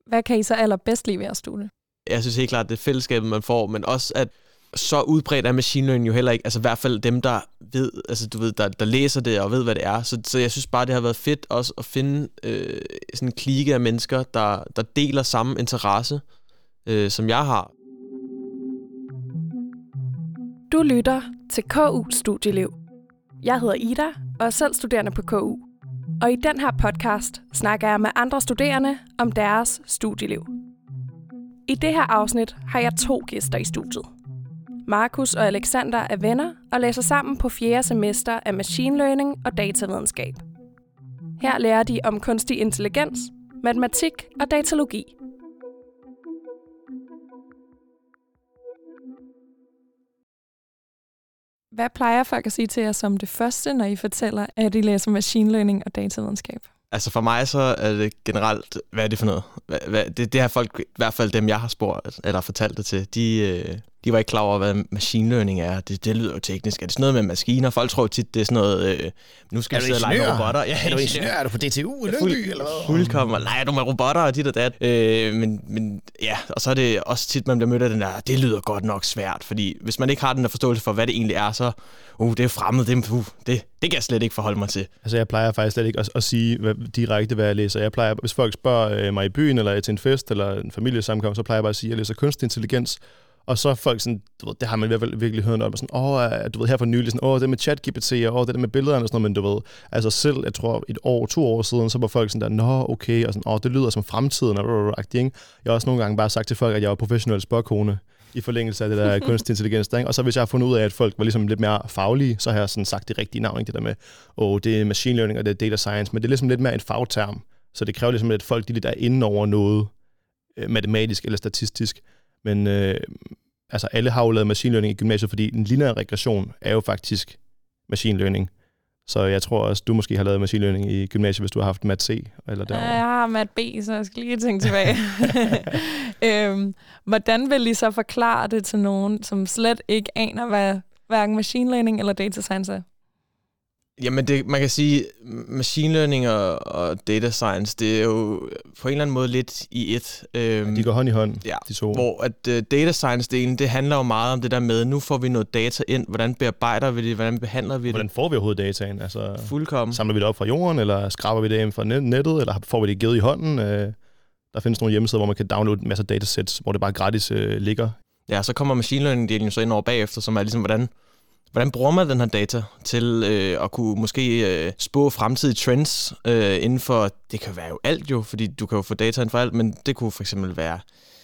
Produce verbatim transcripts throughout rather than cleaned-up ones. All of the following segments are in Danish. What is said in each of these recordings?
Hvad kan I så allerbedst lide ved at studie? Jeg synes helt klart, at det er fællesskabet, man får, men også at så udbredt er machine learning jo heller ikke, altså i hvert fald dem, der ved, altså du ved, der, der læser det og ved, hvad det er. Så, så jeg synes bare, det har været fedt også at finde øh, sådan en klike af mennesker, der, der deler samme interesse, øh, som jeg har. Du lytter til K U Studieliv. Jeg hedder Ida og er selv studerende på K U. Og i den her podcast snakker jeg med andre studerende om deres studieliv. I det her afsnit har jeg to gæster i studiet. Markus og Alexander er venner og læser sammen på fjerde semester af machine learning og datavidenskab. Her lærer de om kunstig intelligens, matematik og datalogi. Hvad plejer folk at sige til jer som det første, når I fortæller, at I læser machine learning og datavidenskab? Altså for mig så er det generelt, hvad er det for noget? Hvad, hvad, det, det har folk, i hvert fald dem jeg har spurgt, eller fortalt det til, de, øh, de var ikke klar over, hvad machine learning er. Det, det lyder jo teknisk. Er det sådan noget med maskiner? Folk tror tit, det er sådan noget, øh, nu skal vi sidde og lege med robotter. Ja, er du ingeniør? Er du på D T U i Lyngby? Fuld, eller hvad? Fuldkommen, og leger du med robotter og dit og dat. Øh, men, men ja, og så er det også tit, man bliver mødt af den der, det lyder godt nok svært, fordi hvis man ikke har den der forståelse for, hvad det egentlig er, så uh, det er fremmed, det, uh, det, det kan jeg slet ikke forholde mig til. Altså jeg plejer faktisk slet ikke at, at sige hvad, direkte, hvad jeg læser. Jeg plejer, hvis folk spørger øh, mig i byen, eller til en fest, eller en familiesammenkomst, så plejer jeg bare at sige, at jeg læser kunstig intelligens. Og så folk sådan, du ved, det har man i hvert fald virkelig hørt om, og sådan, åh, du ved, her for nylig, sådan, åh, det med ChatGPT, og åh, det der med billederne og sådan noget, men du ved, altså selv, jeg tror, et år, to år siden, så var folk sådan der, nå, okay, og sådan, åh, det lyder som fremtiden, og jeg har også nogle gange bare sagt til folk, at jeg var professionel spåkone, i forlængelse af det der kunstig intelligens, der, ikke? Og så hvis jeg har fundet ud af, at folk var ligesom lidt mere faglige, så har jeg sådan sagt det rigtige navn, ikke? Det der med, åh, det er machine learning, og det er data science, men det er ligesom lidt mere en fagterm, så det kræver ligesom, at folk de lidt er inde over noget øh, matematisk eller statistisk, men øh, altså alle har jo lavet machine learning i gymnasiet, fordi en lineær regression er jo faktisk machine learning. Så jeg tror også, du måske har lavet machine learning i gymnasiet, hvis du har haft mat C. Eller ja, jeg har mat B, så jeg skal lige tænke tilbage. øhm, hvordan vil I så forklare det til nogen, som slet ikke aner, hvad hverken machine learning eller data science er? Jamen, det, man kan sige, machine learning og, og data science, det er jo på en eller anden måde lidt i et. Øhm, ja, de går hånd i hånd, ja, de to. Hvor at uh, data science-delen, det handler jo meget om det der med, nu får vi noget data ind, hvordan bearbejder vi det, hvordan behandler vi det? Hvordan får vi overhovedet dataen? Altså, fuldkommen. Samler vi det op fra jorden, eller skraber vi det ind fra nettet, eller får vi det givet i hånden? Øh, der findes nogle hjemmesider, hvor man kan downloade en masse datasets, hvor det bare gratis øh, ligger. Ja, så kommer machine learning-delen så ind over bagefter, som er ligesom, hvordan... Hvordan bruger man den her data til øh, at kunne måske øh, spå fremtidige trends øh, inden for, det kan være jo alt jo, fordi du kan jo få data inden for alt, men det kunne for eksempel være,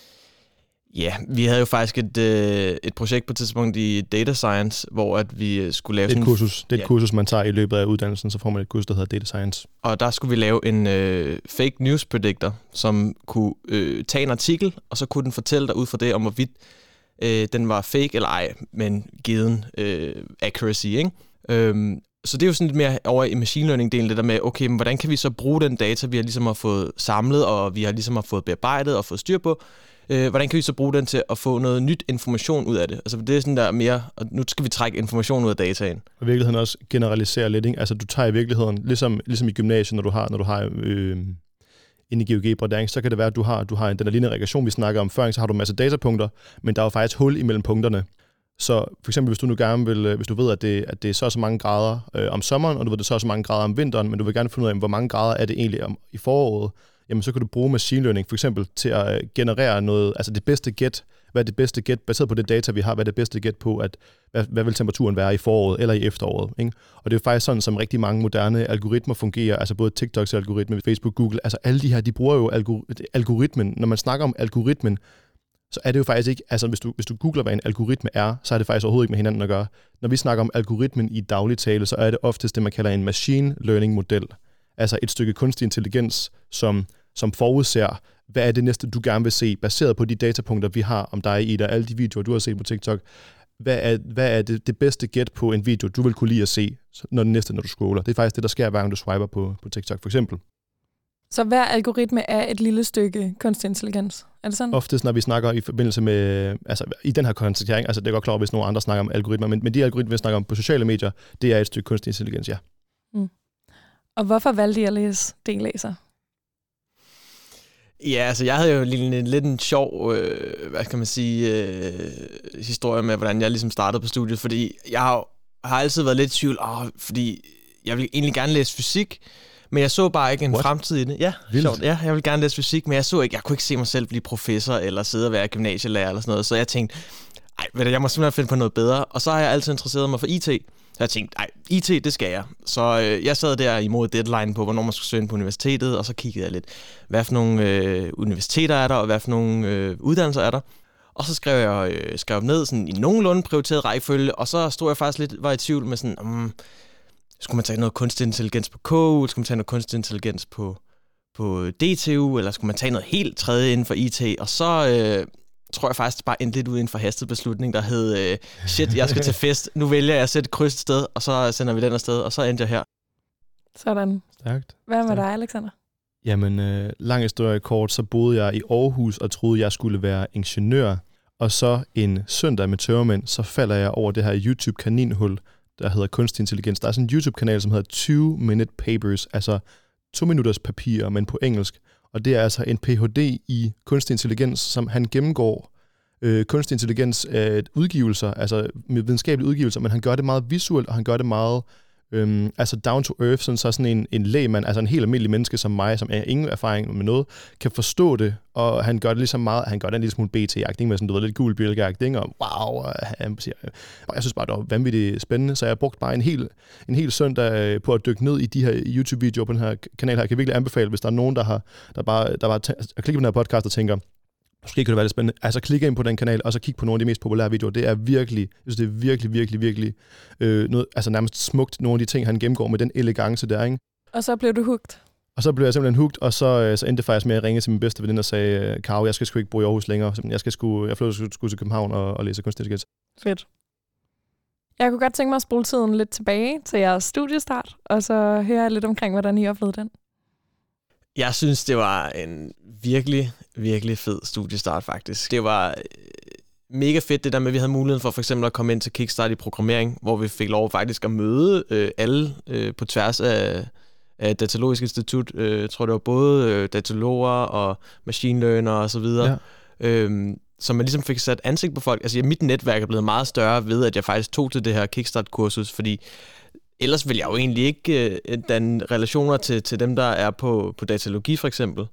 ja, vi havde jo faktisk et, øh, et projekt på et tidspunkt i data science, hvor at vi skulle lave det er sådan et kursus. Det er et ja. kursus, man tager i løbet af uddannelsen, så får man et kursus, der hedder data science. Og der skulle vi lave en øh, fake news predictor, som kunne øh, tage en artikel, og så kunne den fortælle dig ud fra det, om hvorvidt Øh, den var fake eller ej, men given øh, accuracy, ikke? Øhm, så det er jo sådan lidt mere over i machine learning-delen, det der med, okay, men hvordan kan vi så bruge den data, vi har ligesom har fået samlet, og vi har ligesom har fået bearbejdet og fået styr på, øh, hvordan kan vi så bruge den til at få noget nyt information ud af det? Altså det er sådan der mere, og nu skal vi trække information ud af dataen. Og i virkeligheden også generalisere lidt, ikke? Altså du tager i virkeligheden, ligesom, ligesom i gymnasiet, når du har, når du har øh, inde i GeoGebra, så kan det være, at du har, du har en, den der lineære regression, vi snakker om før, så har du en masse datapunkter, men der er jo faktisk hul imellem punkterne. Så for eksempel, hvis du nu gerne vil, hvis du ved, at det, at det er så og så mange grader øh, om sommeren, og du ved, det er så og så mange grader om vinteren, men du vil gerne finde ud af, hvor mange grader er det egentlig om, i foråret, jamen så kan du bruge machine learning for eksempel til at generere noget, altså det bedste gæt, hvad er det bedste gæt, baseret på det data, vi har, hvad er det bedste gæt på, at hvad, hvad vil temperaturen være i foråret eller i efteråret, ikke? Og det er jo faktisk sådan, som rigtig mange moderne algoritmer fungerer, altså både TikToks algoritme, Facebook, Google, altså alle de her, de bruger jo algor- algoritmen. Når man snakker om algoritmen, så er det jo faktisk ikke, altså hvis du, hvis du googler, hvad en algoritme er, så er det faktisk overhovedet ikke med hinanden at gøre. Når vi snakker om algoritmen i daglig tale, så er det oftest det, man kalder en machine learning model. Altså et stykke kunstig intelligens, som, som forudser, hvad er det næste, du gerne vil se, baseret på de datapunkter, vi har om dig i dig, alle de videoer, du har set på TikTok. Hvad er, hvad er det, det bedste gæt på en video, du vil kunne lide at se, når den næste, når du scroller? Det er faktisk det, der sker, hver gang du swiper på, på TikTok, for eksempel. Så hver algoritme er et lille stykke kunstig intelligens? Er det sådan? Oftest, når vi snakker i forbindelse med, altså i den her kontekst, altså det er godt klar, hvis nogle andre snakker om algoritmer, men, men de algoritmer, vi snakker om på sociale medier, det er et stykke kunstig intelligens, ja. Mm. Og hvorfor valgte I at læse D-læser? Ja, altså jeg havde jo lidt en, lidt en sjov, øh, hvad kan man sige, øh, historie med, hvordan jeg ligesom startede på studiet, fordi jeg har, har altid været lidt i tvivl, åh, fordi jeg ville egentlig gerne læse fysik, men jeg så bare ikke en What? fremtid i det. Ja, sjovt. Ja, jeg ville gerne læse fysik, men jeg så ikke, jeg kunne ikke se mig selv blive professor, eller sidde og være gymnasielærer, eller sådan noget, så jeg tænkte, ej, ved du, jeg må simpelthen finde på noget bedre, og så har jeg altid interesseret mig for I T. Så jeg tænkte, nej, I T, det skal jeg. Så øh, jeg sad der imod deadline på, hvornår man skulle søge på universitetet, og så kiggede jeg lidt, hvad for nogle øh, universiteter er der, og hvad for nogle øh, uddannelser er der. Og så skrev jeg øh, skrev ned sådan, i nogenlunde prioriteret rækkefølge, og så stod jeg faktisk lidt, var i tvivl med sådan, um, skulle man tage noget kunstig intelligens på K U, skulle man tage noget kunstig intelligens på, på D T U, eller skulle man tage noget helt tredje inden for I T, og så... Øh, tror jeg faktisk bare endte lidt ud i en forhastet beslutning, der hed, øh, shit, jeg skal til fest, nu vælger jeg at sætte et kryds et sted, og så sender vi den afsted, og så endte jeg her. Sådan. Stærkt. Hvad med Stærkt. dig, Alexander? Jamen, øh, lang historie kort, så boede jeg i Aarhus og troede, jeg skulle være ingeniør, og så en søndag med tørmænd, så falder jeg over det her YouTube-kaninhul, der hedder kunstig intelligens. Der er sådan en YouTube-kanal, som hedder two minute papers, altså to minutters papirer, men på engelsk. Og det er altså en P H D i kunstig intelligens, som han gennemgår øh, kunstig intelligens øh, udgivelser, altså med videnskabelige udgivelser, men han gør det meget visuelt, og han gør det meget øh, altså down to earth, sådan, så sådan en, en lægmand, altså en helt almindelig menneske som mig, som er ingen erfaring med noget, kan forstå det, og han gør det ligesom meget, han gør det en lille smule B T-agtigt, med sådan, du ved, lidt gul bjælkeagtigt, og wow, og han siger, og jeg synes bare, det var vanvittigt spændende, så jeg har brugt bare en hel, en hel søndag på at dykke ned i de her YouTube-videoer på den her kanal her. Jeg kan virkelig anbefale, hvis der er nogen, der har, der bare, der bare t- klikker på den her podcast og tænker, måske kan det være lidt spændende, altså klik ind på den kanal, og så kig på nogle af de mest populære videoer. Det er virkelig, jeg synes, det er virkelig, virkelig, virkelig øh, noget, altså nærmest smukt, nogle af de ting, han gennemgår med den elegance der, ikke? Og så blev du hooked. Og så blev jeg simpelthen hooked, og så, så endte det faktisk med at ringe til min bedste veninde og sagde, Karo, jeg skal sgu ikke bo i Aarhus længere. Jeg skal sgu, jeg flytter sgu til København og, og læse kunstig intelligens. Fedt. Jeg kunne godt tænke mig at spole tiden lidt tilbage til jeres studiestart, og så høre lidt omkring, hvordan I oplevede den. Jeg synes, det var en virkelig, virkelig fed studiestart faktisk. Det var mega fedt det der med, at vi havde muligheden for for eksempel at komme ind til Kickstart i programmering, hvor vi fik lov faktisk at møde øh, alle øh, på tværs af, af Datalogisk Institut. Øh, jeg tror, det var både øh, dataloger og machine learner og så videre. Ja. Øhm, så man ligesom fik sat ansigt på folk. Altså mit netværk er blevet meget større ved, at jeg faktisk tog til det her Kickstart-kursus, fordi ellers vil jeg jo egentlig ikke øh, danne relationer til, til dem, der er på, på datalogi for eksempel.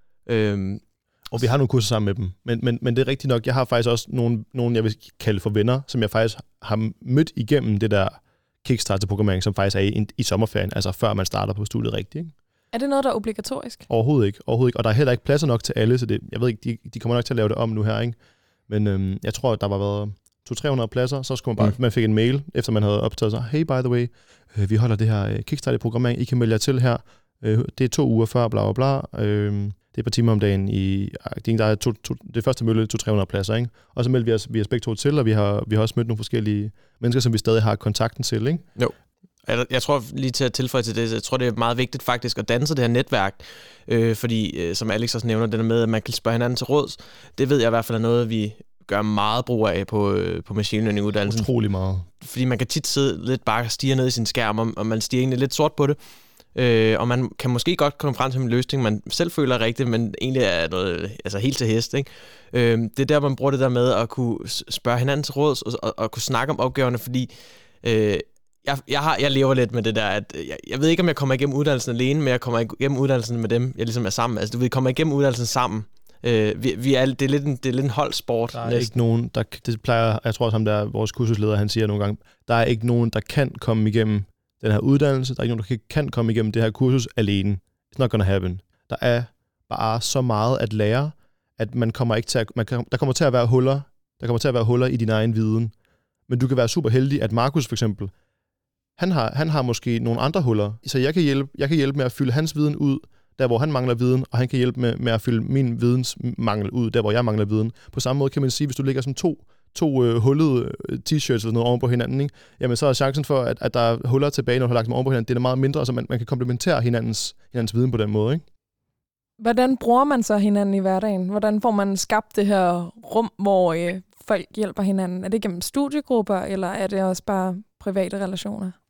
Øhm, og vi har nogle kurser sammen med dem. Men, men, men det er rigtigt nok, jeg har faktisk også nogle, nogle, jeg vil kalde for venner, som jeg faktisk har mødt igennem det der Kickstart til programmering, som faktisk er i, i sommerferien, altså før man starter på studiet rigtigt. Ikke? Er det noget, der er obligatorisk? Overhovedet ikke, overhovedet ikke. Og der er heller ikke pladser nok til alle, så det, jeg ved ikke, de, de kommer nok til at lave det om nu her, ikke? Men øhm, jeg tror, at der var været to til tre hundrede pladser, så skulle man bare, mm. man fik en mail, efter man havde optaget sig, hey, by the way, øh, vi holder det her Kickstart i programmering, I kan melde jer til her, øh, det er to uger før, bla bla bla, øh, det er et par timer om dagen, i, der er to, to, det første mølle, to til tre hundrede pladser, ikke? Og så meldte vi os, vi os begge to til, og vi har, vi har også mødt nogle forskellige mennesker, som vi stadig har kontakten til, ikke? Jo. Jeg, jeg tror lige til at tilføje til det, jeg tror det er meget vigtigt faktisk at danne sig det her netværk, øh, fordi øh, som Alex også nævner, det der med, at man kan spørge hinanden til råds, det ved jeg i hvert fald er noget, vi gør meget brug af på, øh, på machine learning uddannelsen. Utrolig meget. Fordi man kan tit sidde lidt bare og stirre ned i sin skærm, og, og man stiger egentlig lidt sort på det, øh, og man kan måske godt komme frem til en løsning, man selv føler rigtigt, men egentlig er noget altså helt til hest, ikke? Øh, det er der, man bruger det der med at kunne spørge hinanden til råds, og, og, og kunne snakke om opgaverne, fordi øh, Jeg, jeg, har, jeg lever lidt med det der, at jeg, jeg ved ikke, om jeg kommer igennem uddannelsen alene, men jeg kommer igennem uddannelsen med dem, jeg ligesom er sammen. Altså, du ved, kommer igennem uddannelsen sammen. Øh, vi, vi er, det, er lidt en, det er lidt en holdsport. Der er næsten ikke nogen, der, det plejer, jeg tror, som der er vores kursusleder, han siger nogle gange, der er ikke nogen, der kan komme igennem den her uddannelse, der er ikke nogen, der kan komme igennem det her kursus alene. It's not gonna happen. Der er bare så meget at lære, at man kommer ikke til at, man kan, der kommer til at være huller, der kommer til at være huller i din egen viden. Men du kan være super heldig, at Markus for eksempel, Han har, han har måske nogle andre huller, så jeg kan, hjælpe, jeg kan hjælpe med at fylde hans viden ud, der hvor han mangler viden, og han kan hjælpe med, med at fylde min vidensmangel ud, der hvor jeg mangler viden. På samme måde kan man sige, hvis du ligger som to, to uh, hullede t-shirts eller noget oven på hinanden, ikke? Jamen så er chancen for, at, at der er huller tilbage, når du har lagt dem oven på hinanden, det er meget mindre, så man, man kan komplementere hinandens, hinandens viden på den måde, ikke? Hvordan bruger man så hinanden i hverdagen? Hvordan får man skabt det her rum, hvor øh, folk hjælper hinanden? Er det gennem studiegrupper, eller er det også bare private relationer?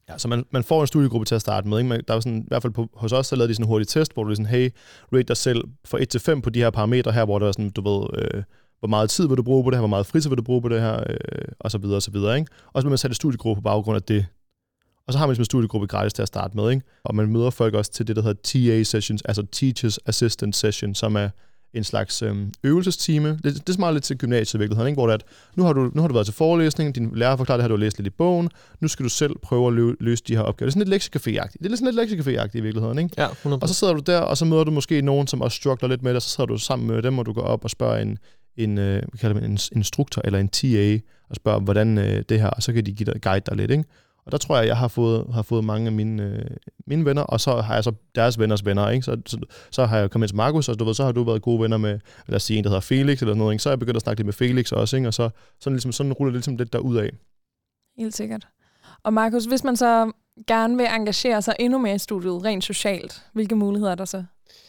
Ja, så man, man får en studiegruppe til at starte med. Ikke? Man, der er sådan, i hvert fald på, hos os, så lavede de sådan en hurtig test, hvor du er sådan, hey, rate dig selv fra et til fem på de her parametre her, hvor der er sådan, du ved, øh, hvor meget tid vil du bruge på det her, hvor meget fritid vil du bruge på det her, øh, og så videre, og så videre. Ikke? Og så vil man sætte en studiegruppe på baggrund af det. Og så har man ligesom en studiegruppe gratis til at starte med, ikke? Og man møder folk også til det, der hedder T A sessions, altså Teachers Assistant Session, som er en slags øhm, øvelsestime. Det, det er så meget lidt til gymnasiet i virkeligheden, ikke? Hvor det er, at nu har, du, nu har du været til forelæsning, din lærer forklarer det her, du har læst lidt i bogen, nu skal du selv prøve at lø- løse de her opgaver. Det er sådan lidt lektiecafé-agtigt. Det er lidt sådan lidt lektiecafé-agtigt i virkeligheden, ikke? Ja, hundrede procent. Og så sidder du der, og så møder du måske nogen, som også struggler lidt med det, og så sidder du sammen med dem, og du går op og spørger en, en, øh, hvad kalder man, en instruktor eller en T A, og spørger, hvordan øh, det her, og så kan de give dig, guide dig lidt, ikke? Og der tror jeg, jeg har fået, har fået mange af mine, øh, mine venner, og så har jeg så deres venners venner, ikke? Så, så, så har jeg kommet til Markus, og du ved, så har du været gode venner med, lad os sige, en, der hedder Felix, eller noget, ikke? Så er jeg begyndt at snakke lidt med Felix også, ikke? Og så sådan, ligesom, sådan ruller det ligesom lidt derudad. Helt sikkert. Og Markus, hvis man så gerne vil engagere sig endnu mere i studiet, rent socialt, hvilke muligheder er der så?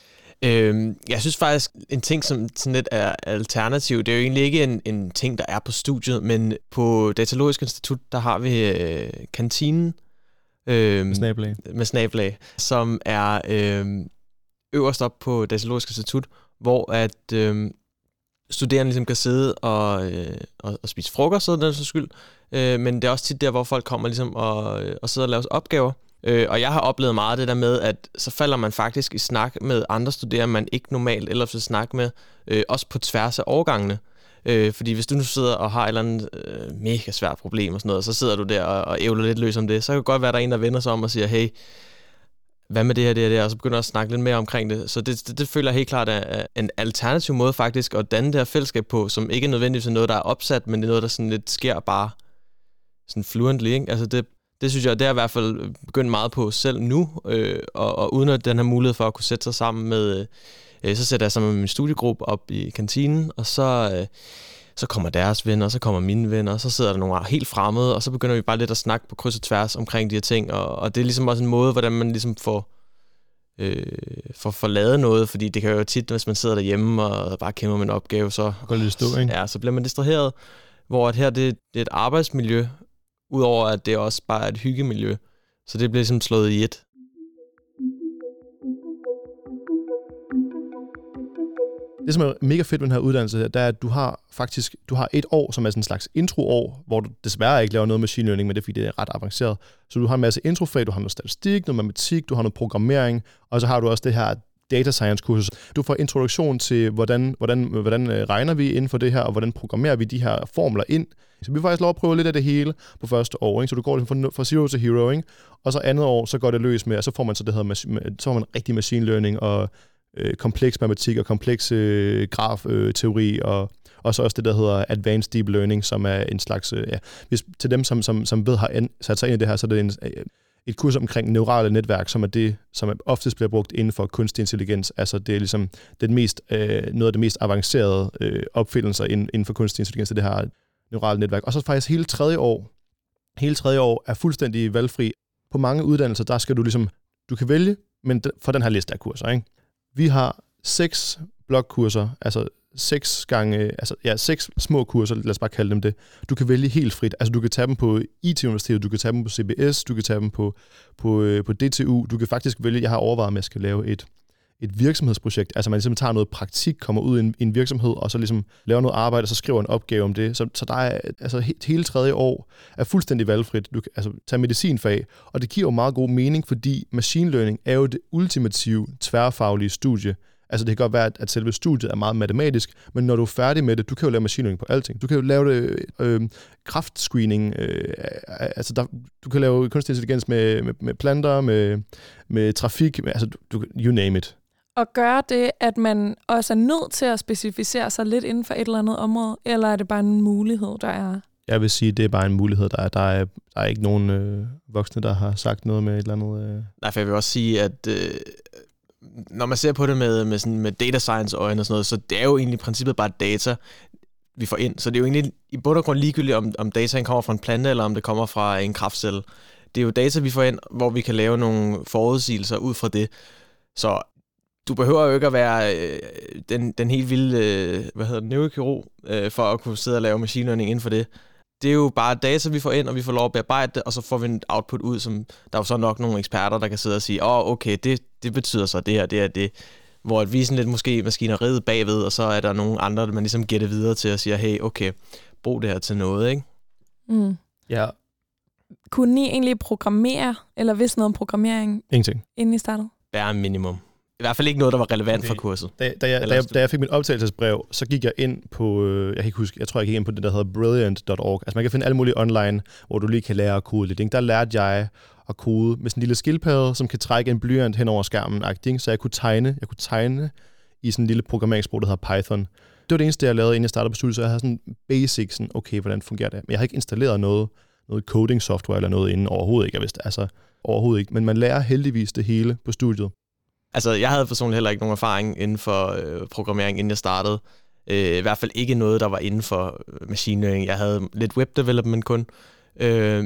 Øhm, jeg synes faktisk, en ting, som sådan lidt er alternativ, det er jo egentlig ikke en, en ting, der er på studiet, men på Datalogisk Institut, der har vi øh, kantinen. Øh, med snabelag. Med snabelag, som er øh, øverst op på Datalogisk Institut, hvor at øh, studerende ligesom kan sidde og, øh, og, og spise frokost, og den så skyld. Øh, men det er også tit der, hvor folk kommer ligesom og, og sidder og laver opgaver. Øh, og jeg har oplevet meget det der med, at så falder man faktisk i snak med andre studerende, man ikke normalt ellers vil snakke med, øh, også på tværs af årgangene. Øh, fordi hvis du nu sidder og har et eller andet øh, mega svært problem og sådan noget, og så sidder du der og, og ævler lidt løs om det, så kan det godt være, at der er en, der vender sig om og siger, hey, hvad med det her, det her, det her, og så begynder at snakke lidt mere omkring det. Så det, det, det føler jeg helt klart er en alternativ måde faktisk at danne det her fællesskab på, som ikke er nødvendigvis noget, der er opsat, men det er noget, der sådan lidt sker bare sådan fluently, ikke? Altså det Det synes jeg, det er i hvert fald begyndt meget på selv nu, øh, og, og uden at den her mulighed for at kunne sætte sig sammen med, øh, så sætter jeg sammen med min studiegruppe op i kantinen, og så, øh, så kommer deres venner, så kommer mine venner, og så sidder der nogle helt fremmede, og så begynder vi bare lidt at snakke på kryds og tværs omkring de her ting, og, og det er ligesom også en måde, hvordan man ligesom får, øh, får, får lavet noget, fordi det kan jo tit, hvis man sidder derhjemme og bare kæmper med en opgave, så, går lidt stå, ikke? Ja, så bliver man distraheret, hvor at her det, det er et arbejdsmiljø, udover at det også bare er et hyggemiljø. Så det bliver ligesom slået i et. Det, som er mega fedt med den her uddannelse, det er, at du har faktisk du har et år, som er sådan en slags introår, hvor du desværre ikke laver noget machine learning, men det er fordi, det er ret avanceret. Så du har en masse introfag, du har noget statistik, noget matematik, du har noget programmering, og så har du også det her data science kursus. Du får introduktion til, hvordan, hvordan, hvordan regner vi inden for det her, og hvordan programmerer vi de her formler ind. Så vi får faktisk lov at prøve lidt af det hele på første år, ikke? Så du går fra, fra zero til hero, ikke? Og så andet år, så går det løs med, og så får man så det hedder, så får man rigtig machine learning og øh, kompleks matematik og kompleks øh, graf-teori, øh, og, og så også det, der hedder advanced deep learning, som er en slags, øh, ja, hvis, til dem, som, som, som ved har an, sat sig ind i det her, så er det en, øh, et kurs omkring neurale netværk, som er det, som oftest bliver brugt inden for kunstig intelligens. Altså det er ligesom den mest, øh, noget af det mest avancerede øh, opfindelser inden, inden for kunstig intelligens, det her neurale netværk. Og så faktisk hele tredje år, hele tredje år er fuldstændig valgfri. På mange uddannelser, der skal du ligesom, du kan vælge, men for den her liste af kurser, ikke? Vi har seks blokkurser, altså seks gange, altså ja, seks små kurser, lad os bare kalde dem det. Du kan vælge helt frit. Altså du kan tage dem på I T-universitetet, du kan tage dem på C B S, du kan tage dem på, på, på D T U. Du kan faktisk vælge, jeg har overvejet, at jeg skal lave et, et virksomhedsprojekt. Altså man simpelthen tager noget praktik, kommer ud i en, i en virksomhed, og så ligesom laver noget arbejde, og så skriver en opgave om det. Så, så der er, altså he, hele tredje år er fuldstændig valgfrit. Du kan altså tage medicinfag, og det giver jo meget god mening, fordi machine learning er jo det ultimative tværfaglige studie. Altså det kan godt være, at selve studiet er meget matematisk, men når du er færdig med det, du kan jo lave machine learning på alting. Du kan jo lave det, øh, kræftscreening, øh, altså der, du kan lave kunstig intelligens med, med, med planter, med, med trafik, med, altså du, you name it. Og gør det, at man også er nødt til at specificere sig lidt inden for et eller andet område, eller er det bare en mulighed, der er? Jeg vil sige, det er bare en mulighed, der er. Der er, der er ikke nogen øh, voksne, der har sagt noget med et eller andet. Øh. Nej, for jeg vil også sige, at øh, når man ser på det med, med, sådan, med data science øjne og sådan noget, så det er jo egentlig i princippet bare data, vi får ind. Så det er jo egentlig i bund og grund ligegyldigt, om, om dataen kommer fra en plante, eller om det kommer fra en kraftcelle. Det er jo data, vi får ind, hvor vi kan lave nogle forudsigelser ud fra det. Så du behøver jo ikke at være øh, den, den helt vilde, øh, hvad hedder det, neurokirurg, øh, for at kunne sidde og lave machine learning inden for det. det er jo bare data, vi får ind, og vi får lov at bearbejde det, og så får vi et output ud, som der er jo så nok nogle eksperter, der kan sidde og sige, åh, oh, okay, det, det betyder så det her, det er det. Hvor at vi sådan lidt måske maskineriet bagved, og så er der nogle andre, der man ligesom gætter videre til og siger, hey, okay, brug det her til noget, ikke? Mm. Ja. Kunne I egentlig programmere, eller vidste noget om programmering? Ingenting. Inden I startede? Bare minimum. I hvert fald ikke noget, der var relevant okay. for kurset. Da, da, jeg, da, jeg, da jeg fik mit optagelsesbrev, så gik jeg ind på, jeg kan ikke huske, jeg tror, jeg gik ind på det, der hedder brilliant punktum org. Altså man kan finde alle mulige online, hvor du lige kan lære at kode lidt. Der lærte jeg at kode med sådan en lille skildpadde, som kan trække en blyant hen over skærmen, så jeg kunne tegne, jeg kunne tegne i sådan en lille programmeringssprog, der hedder Python. Det var det eneste, jeg lavede, inden jeg startede på studiet, så jeg havde sådan basic, sådan, okay, hvordan fungerer det? Men jeg har ikke installeret noget, noget coding software eller noget inden, overhovedet ikke, jeg vidste, altså overhovedet ikke. Men man lærer heldigvis det hele på studiet. Altså, jeg havde personligt heller ikke nogen erfaring inden for øh, programmering, inden jeg startede. Øh, I hvert fald ikke noget, der var inden for machine learning. Jeg havde lidt web development kun. Øh,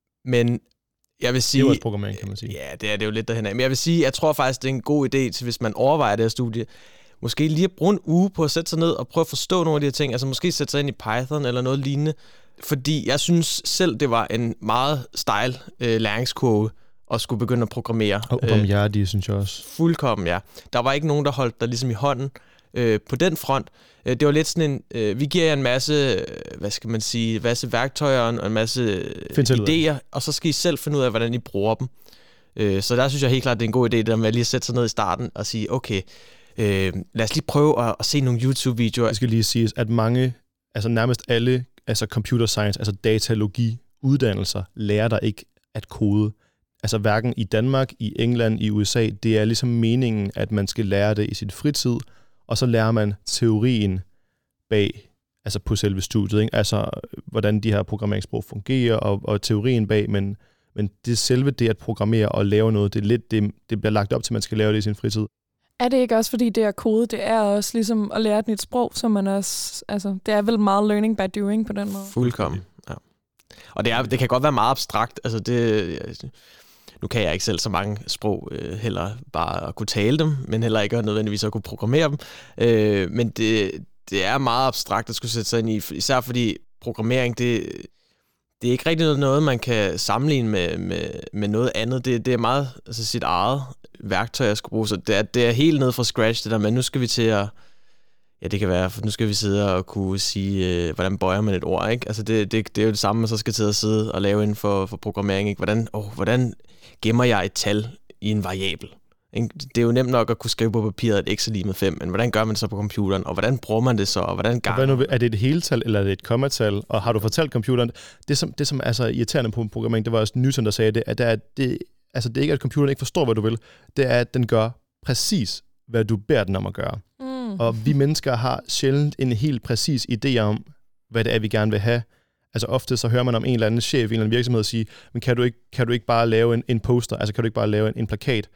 men jeg vil sige... Det er også programmering, kan man sige. Ja, det er det jo lidt derhen af. Men jeg vil sige, jeg tror faktisk, det er en god idé til, hvis man overvejer det her studie, måske lige at bruge en uge på at sætte sig ned og prøve at forstå nogle af de her ting. Altså måske sætte sig ind i Python eller noget lignende. Fordi jeg synes selv, det var en meget stejl øh, læringskurve og skulle begynde at programmere. Og ubarmhjertige, øh, synes jeg også. Fuldkommen, ja. Der var ikke nogen, der holdt dig ligesom i hånden øh, på den front. Øh, det var lidt sådan en, øh, vi giver jer en masse, øh, hvad skal man sige, en masse værktøjer og en masse øh, idéer, og så skal I selv finde ud af, hvordan I bruger dem. Øh, så der synes jeg helt klart, det er en god idé, der med at lige sætte sig ned i starten og sige, okay, øh, lad os lige prøve at, at se nogle YouTube-videoer. Jeg skal lige sige, at mange, altså nærmest alle, altså computer science, altså datalogi, uddannelser, lærer dig ikke at kode. Altså hverken i Danmark, i England, i U S A, det er ligesom meningen, at man skal lære det i sin fritid, og så lærer man teorien bag, altså på selve studiet, ikke? Altså hvordan de her programmeringssprog fungerer, og, og teorien bag, men, men det selve det at programmere og lave noget, det er lidt, det, det bliver lagt op til, at man skal lave det i sin fritid. Er det ikke også, fordi det at kode, det er også ligesom at lære et nyt sprog, så man også, altså det er vel meget learning by doing på den måde? Fuldkommen, ja. Og det, er, det kan godt være meget abstrakt, altså det... Nu kan jeg ikke selv så mange sprog, øh, heller bare at kunne tale dem, men heller ikke nødvendigvis at kunne programmere dem. Øh, men det, det er meget abstrakt at skulle sætte sig ind i, især fordi programmering, det, det er ikke rigtig noget, man kan sammenligne med, med, med noget andet. Det, det er meget altså sit eget værktøj, jeg skal bruge. Så det er, det er helt ned fra scratch, det der, men nu skal vi til at... Ja, det kan være, for nu skal vi sidde og kunne sige, øh, hvordan bøjer man et ord, ikke? Altså det, det, det er jo det samme, man så skal til at sidde og lave inden for, for programmering, ikke? Hvordan, åh, hvordan gemmer jeg et tal i en variabel? Ikke? Det er jo nemt nok at kunne skrive på papiret et Excel med fem, men hvordan gør man det så på computeren, og hvordan bruger man det så, og hvordan ganger man? Er det et heltal, eller er det et kommatal? Og har du fortalt computeren, det som, det som er så irriterende på programmering, det var også Newton, der sagde det, at det er, det, altså det er ikke, at computeren ikke forstår, hvad du vil, det er, at den gør præcis, hvad du beder den om at gøre. Og vi mennesker har sjældent en helt præcis idé om, hvad det er, vi gerne vil have. Altså ofte så hører man om en eller anden chef i en eller anden virksomhed sige, men kan du ikke, kan du ikke bare lave en, en poster? Altså kan du ikke bare lave en, en plakat?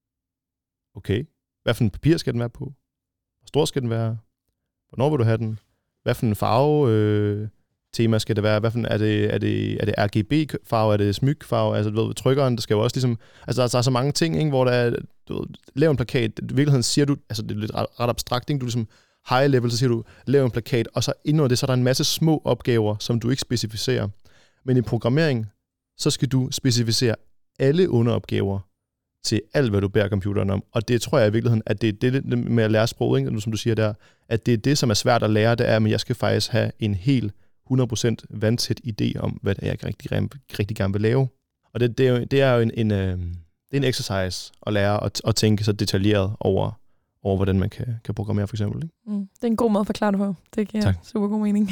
Okay. Hvad for en papir skal den være på? Hvor stor skal den være? Hvornår vil du have den? Hvad for en farve øh, tema skal det være? Hvad for en, er det, er det, er det R G B-farve? Er det smykfarve? Altså du ved, trykkeren, der skal jo også ligesom... Altså der, der er så mange ting, ikke, hvor der er... Du ved, lav en plakat. I virkeligheden siger du... Altså det er lidt ret, ret abstrakt, ikke? Du ligesom high level, så siger du, lav en plakat, og så inden det, så er der en masse små opgaver, som du ikke specificerer. Men i programmering, så skal du specificere alle underopgaver til alt, hvad du beder computeren om. Og det tror jeg i virkeligheden, at det er det med at lære sprog, ikke? Som du siger der, at det er det, som er svært at lære, det er, at jeg skal faktisk have en helt hundrede procent vandtæt idé om, hvad det er, jeg rigtig, rigtig gerne vil lave. Og det, det, er, jo, det er jo en, en, øh, det er en exercise at lære at, at tænke så detaljeret over, over hvordan man kan, kan programmere, for eksempel. Ikke? Mm, det er en god måde at forklare det på. Det giver tak. Super god mening.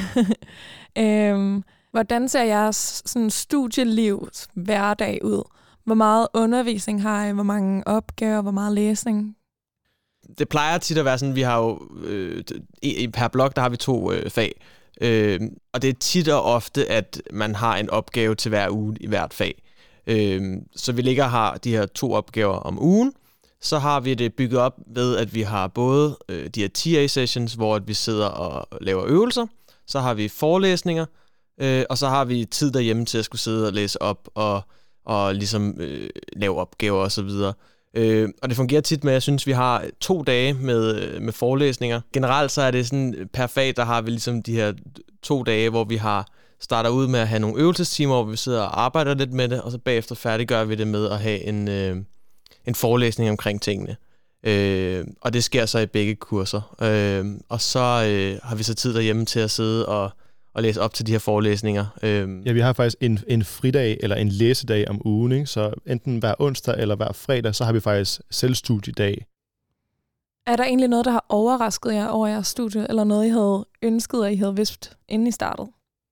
øhm, hvordan ser jeres sådan, studielivs hverdag ud? Hvor meget undervisning har I? Hvor mange opgaver? Hvor meget læsning? Det plejer tit at være sådan, vi har jo øh, i, per blok, der har vi to øh, fag. Øh, og det er tit og ofte, at man har en opgave til hver uge i hvert fag. Øh, så vi ligger og har de her to opgaver om ugen. Så har vi det bygget op ved, at vi har både øh, de her T A-sessions, hvor vi sidder og laver øvelser. Så har vi forelæsninger, øh, og så har vi tid derhjemme til at skulle sidde og læse op og, og ligesom øh, lave opgaver og så videre. Øh, og det fungerer tit med, at jeg synes, vi har to dage med, med forelæsninger. Generelt så er det sådan, per fag, der har vi ligesom de her to dage, hvor vi har starter ud med at have nogle øvelsestimer, hvor vi sidder og arbejder lidt med det, og så bagefter færdiggør vi det med at have en, øh, en forelæsning omkring tingene. Øh, og det sker så i begge kurser. Øh, og så øh, har vi så tid derhjemme til at sidde og, og læse op til de her forelæsninger. Øh. Ja, vi har faktisk en, en fridag eller en læsedag om ugen, ikke? Så enten hver onsdag eller hver fredag, så har vi faktisk selvstudiedag. Er der egentlig noget, der har overrasket jer over jeres studie, eller noget, I havde ønsket, at I havde vidst, inden I startede?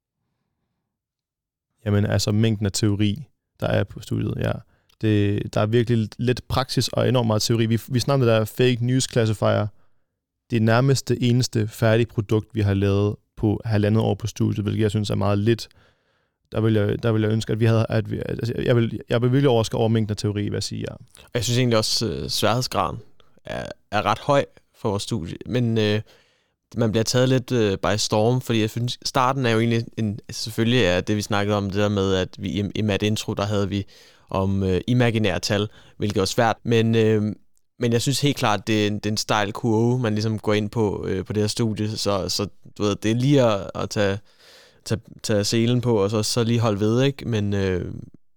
Jamen altså mængden af teori, der er på studiet, ja. Det, der er virkelig lidt praksis og enormt meget teori. Vi, vi snakker der fake news classifier. Det er nærmest det eneste færdige produkt, vi har lavet på halvandet år på studiet, hvilket jeg synes er meget lidt. Der vil jeg, der vil jeg ønske, at vi havde... At vi, altså, jeg, vil, jeg vil virkelig overraske over mængden af teori, hvad jeg siger. Ja. Jeg synes egentlig også, at uh, sværhedsgraden er, er ret høj for vores studie, men uh, man bliver taget lidt uh, by storm, fordi jeg synes, starten er jo egentlig... En, altså selvfølgelig er det, vi snakkede om, det der med, at vi i, i Mat Intro, der havde vi om øh, imaginære tal, hvilket er svært. Men, øh, men jeg synes helt klart, det er en, det er en stejl kurve, man ligesom går ind på øh, på det her studie. Så, så du ved, det er lige at, at tage, tage, tage selen på, og så, så lige holde ved, ikke? Men, øh,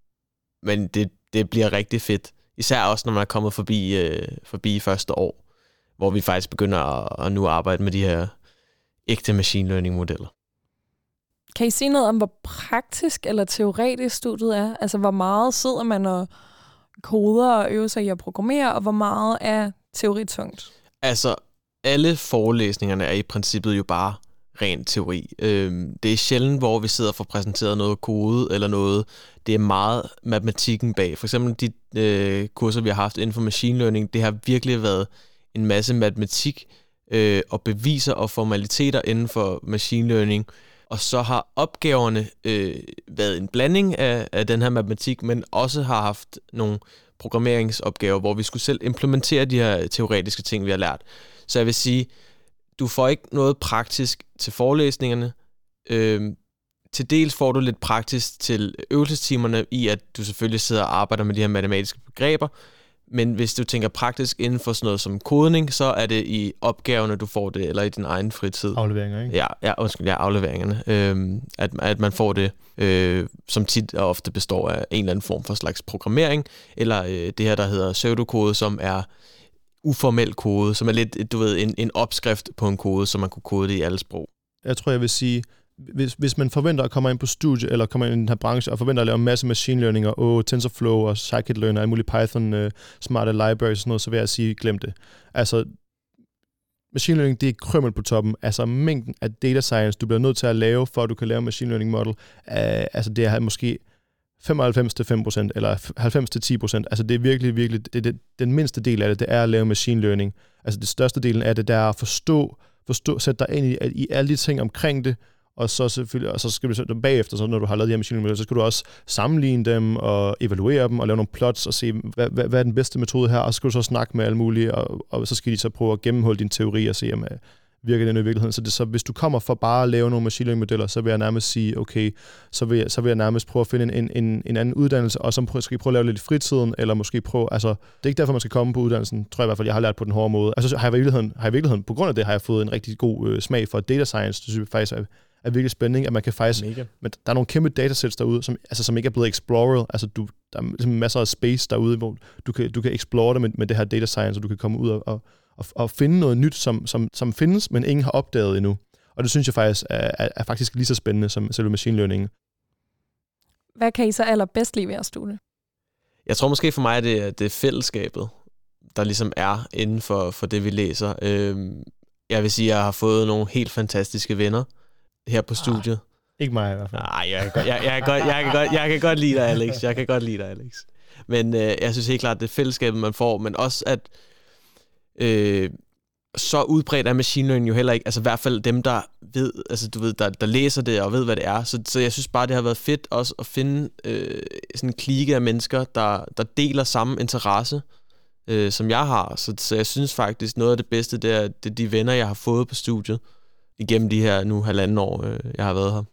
men det, det bliver rigtig fedt. Især også, når man er kommet forbi, øh, forbi første år, hvor vi faktisk begynder at, at nu arbejde med de her ægte machine learning-modeller. Kan I sige noget om, hvor praktisk eller teoretisk studiet er? Altså, hvor meget sidder man og koder og øver sig i at programmere, og hvor meget er teoritungt? Altså, alle forelæsningerne er i princippet jo bare ren teori. Øhm, det er sjældent, hvor vi sidder og får præsenteret noget kode eller noget. Det er meget matematikken bag. For eksempel de øh, kurser, vi har haft inden for machine learning, det har virkelig været en masse matematik øh, og beviser og formaliteter inden for machine learning. Og så har opgaverne øh, været en blanding af, af den her matematik, men også har haft nogle programmeringsopgaver, hvor vi skulle selv implementere de her teoretiske ting, vi har lært. Så jeg vil sige, du får ikke noget praktisk til forelæsningerne. Øh, til dels får du lidt praktisk til øvelsestimerne i, at du selvfølgelig sidder og arbejder med de her matematiske begreber, men hvis du tænker praktisk inden for sådan noget som kodning, så er det i opgaverne, du får det, eller i din egen fritid. Afleveringer, ikke? Ja, ja, undskyld, ja afleveringerne. Øhm, at, at man får det, øh, som tit og ofte består af en eller anden form for slags programmering, eller øh, det her, der hedder pseudokode, som er uformel kode, som er lidt, du ved, en, en opskrift på en kode, så man kunne kode det i alle sprog. Jeg tror, jeg vil sige, hvis, hvis man forventer at komme ind på studie, eller komme ind i den her branche, og forventer at lave en masse machine learning, og oh, TensorFlow, og scikit-learn, og alle mulige Python, uh, smarte libraries og sådan noget, så vil jeg sige, glem det. Altså, machine learning, det er krømmel på toppen. Altså, mængden af data science, du bliver nødt til at lave, for at du kan lave machine learning model, uh, altså, det er måske femoghalvfems til fem procent, eller halvfems til ti procent. Altså, det er virkelig, virkelig, det, det, den mindste del af det, det er at lave machine learning. Altså, det største delen af det, det er at forstå, forstå sætte dig ind i, i alle de ting omkring det, og så selvfølgelig, og så skal du så bagefter, så når du har lavet de her machine learning, så skal du også sammenligne dem og evaluere dem og lave nogle plots og se, hvad, hvad, hvad er den bedste metode her, og så skal du så snakke med alle mulige, og, og så skal de så prøve at gennemholde din teori og se, om virker det i virkeligheden. Så, det, så hvis du kommer for bare at lave nogle machine learning modeller, så vil jeg nærmest sige, okay, så vil jeg, så vil jeg nærmest prøve at finde en, en, en anden uddannelse, og så skal I prøve at lave lidt i fritiden, eller måske prøve, altså, det er ikke derfor, man skal komme på uddannelsen, tror jeg i hvert fald, jeg har lært på den hårde måde. Altså, har jeg i virkeligheden, har jeg i virkeligheden på grund af det, har jeg fået en rigtig god øh, smag for data science, det synes jeg faktisk er, er virkelig spændende, at man kan faktisk, men der er nogle kæmpe datasets derude, som, altså, som ikke er blevet explored, altså du, der er ligesom masser af space derude, hvor du kan, du kan explore det med, med det her data science, og du kan komme ud og, og Og, og finde noget nyt, som, som, som findes, men ingen har opdaget endnu. Og det synes jeg faktisk er, er, er faktisk lige så spændende som selve machine learning. Hvad kan I så allerbedst lide ved at studie? Jeg tror måske for mig, at det er det fællesskabet, der ligesom er inden for, for det, vi læser. Øhm, jeg vil sige, at jeg har fået nogle helt fantastiske venner her på studiet. Ah, ikke mig i hvert fald. Nej, jeg, jeg, jeg, jeg, jeg, jeg, kan godt, jeg kan godt lide dig, Alex. Jeg kan godt lide dig, Alex. Men øh, jeg synes helt klart, at det er fællesskabet, man får, men også at Øh, så udbredt er machine learning jo heller ikke, altså i hvert fald dem, der ved, altså du ved, der, der læser det og ved, hvad det er. Så, så jeg synes bare, det har været fedt også at finde øh, sådan en klike af mennesker, der, der deler samme interesse, øh, som jeg har. Så, så jeg synes faktisk, noget af det bedste, det er, det er de venner, jeg har fået på studiet, igennem de her nu halvanden år, øh, jeg har været her.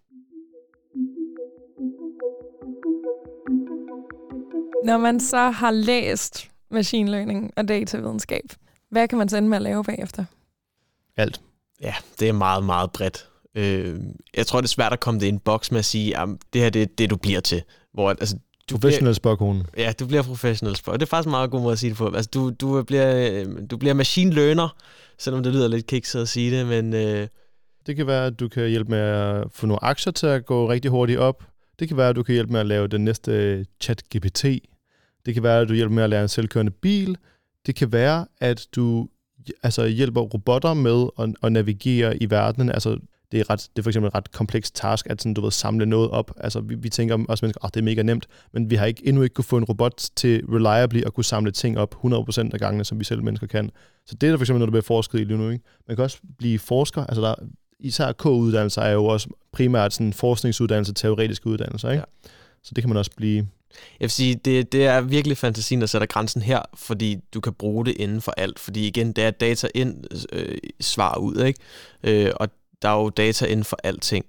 Når man så har læst machine learning og datavidenskab, hvad kan man så ende med at lave bagefter? Alt. Ja, det er meget, meget bredt. Øh, jeg tror, det er svært at komme det i en boks med at sige, at det her det er det, du bliver til. Hvor, altså, du professionel spåkone. Ja, du bliver professionel spåkone. Det er faktisk en meget god måde at sige det på. Altså, du, du, bliver, du bliver machine learner, selvom det lyder lidt kikset at sige det, men... Øh... Det kan være, at du kan hjælpe med at få nogle aktier til at gå rigtig hurtigt op. Det kan være, at du kan hjælpe med at lave den næste ChatGPT. Det kan være, at du hjælper med at lære en selvkørende bil. Det kan være, at du altså, hjælper robotter med at, at navigere i verdenen. Altså, det er, ret, det er for eksempel et ret komplekst task, at sådan, du ved, samle noget op. Altså, vi, vi tænker også mennesker, at det er mega nemt, men vi har ikke, endnu ikke kunne få en robot til reliably at kunne samle ting op hundrede procent af gangene, som vi selv mennesker kan. Så det er der for eksempel noget, der bliver forsket i lige nu. Ikke? Man kan også blive forsker. Altså, der, især K U-uddannelser er jo også primært sådan forskningsuddannelse, teoretiske uddannelser. Ikke? Ja. Så det kan man også blive... Jeg vil sige, det, det er virkelig fantasien, der sætter grænsen her, fordi du kan bruge det inden for alt. Fordi igen, det er data ind, øh, svar ud, ikke? Øh, og der er jo data inden for alting.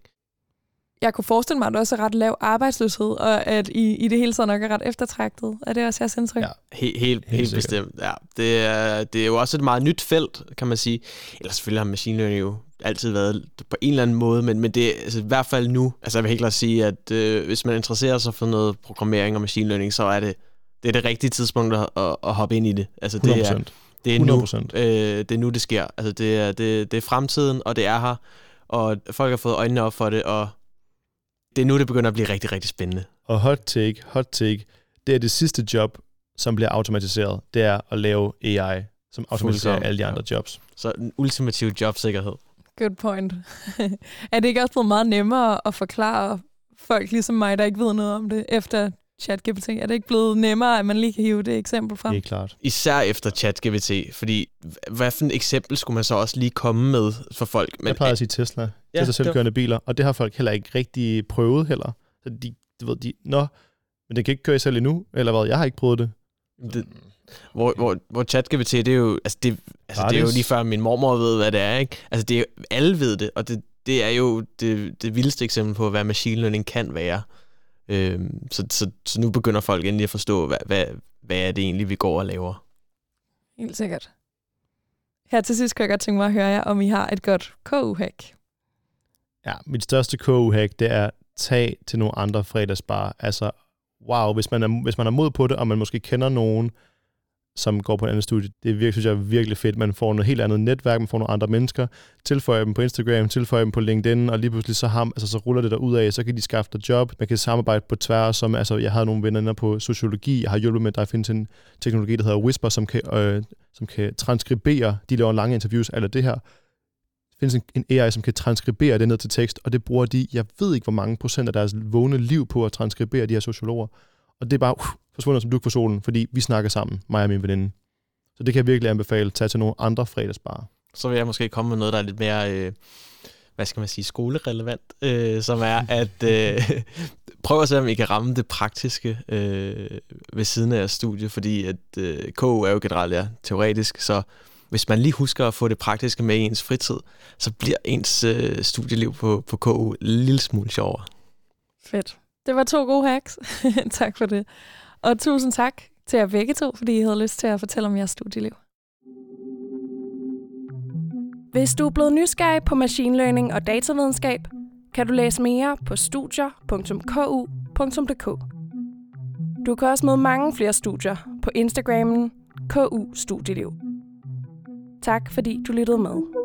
Jeg kunne forestille mig, at du også er ret lav arbejdsløshed, og at I i det hele taget nok er ret eftertragtet. Er det også jeres indtryk? Ja, helt, helt, helt bestemt. Ja, det, er, det er jo også et meget nyt felt, kan man sige. Ellers selvfølgelig har machine learning jo altid været på en eller anden måde, men, men det er altså, i hvert fald nu. Altså jeg vil helt klart sige, at øh, hvis man interesserer sig for noget programmering og machine learning, så er det det, er det rigtige tidspunkt at, at, at hoppe ind i det. Altså, det hundrede procent. Er, det er nu, øh, det er nu, det sker. Altså, det er, det, det er fremtiden, og det er her, og folk har fået øjnene op for det, og det er nu, det begynder at blive rigtig, rigtig spændende. Og hot take, hot take, det er det sidste job, som bliver automatiseret. Det er at lave A I, som automatiserer alle de andre jobs. Så en ultimativ jobsikkerhed. Good point. Er det ikke også blevet meget nemmere at forklare folk ligesom mig, der ikke ved noget om det, efter ChatGPT? Er det ikke blevet nemmere, at man lige kan hive det eksempel frem? Det er klart. Især efter ChatGPT, fordi hvad for et eksempel skulle man så også lige komme med for folk? Men, jeg plejer at sige Tesla. Ja, Tesla selvkørende var... biler, og det har folk heller ikke rigtig prøvet heller. Så de, de ved, de, nå, men det kan ikke køre selv endnu, eller hvad? Jeg har ikke prøvet det. det hvor, hvor, hvor ChatGPT, det er jo, altså det, altså det er jo lige før min mormor ved, hvad det er, ikke? Altså det er, alle ved det, og det, det er jo det, det vildeste eksempel på, hvad machine learning kan være. Øhm, så, så, så nu begynder folk endelig at forstå, hvad, hvad, hvad er det egentlig, vi går og laver. Helt sikkert. Her til sidst kan jeg godt tænke mig at høre jer, om I har et godt K U-hack. Ja, mit største K U-hack, det er tag til nogle andre fredagsbar. Altså, wow, hvis man, er, hvis man er mod på det, og man måske kender nogen, som går på en anden studie, det er virkelig, synes jeg, er virkelig fedt. Man får noget helt andet netværk, man får nogle andre mennesker, tilføjer dem på Instagram, tilføjer dem på LinkedIn, og lige pludselig så, ham, altså, så ruller det der ud af, så kan de skaffe dig job, man kan samarbejde på tværs, som, altså, jeg har nogle venner på sociologi, jeg har hjulpet med, at der findes en teknologi, der hedder Whisper, som kan, øh, som kan transkribere, de laver lange interviews, eller det her. Der findes en, en A I, som kan transkribere det ned til tekst, og det bruger de, jeg ved ikke, hvor mange procent af deres vågne liv på at transkribere de her sociologer. Og det er bare uh, forsvundet som dug for solen, fordi vi snakker sammen, mig og min veninde. Så det kan jeg virkelig anbefale, tage til nogle andre fredagsbarer. Så vil jeg måske komme med noget, der er lidt mere, øh, hvad skal man sige, skolerelevant, øh, som er at øh, prøv at se, om I kan ramme det praktiske øh, ved siden af jeres studie, fordi at øh, K U er jo generelt ja, teoretisk, så hvis man lige husker at få det praktiske med i ens fritid, så bliver ens øh, studieliv på, på K U en lille smule sjovere. Fedt. Det var to gode hacks. Tak for det. Og tusind tak til jer begge to, fordi I havde lyst til at fortælle om jeres studieliv. Hvis du er blevet nysgerrig på machine learning og datavidenskab, kan du læse mere på studier punktum k u punktum d k. Du kan også møde mange flere studier på Instagrammen K U Studieliv. Tak fordi du lyttede med.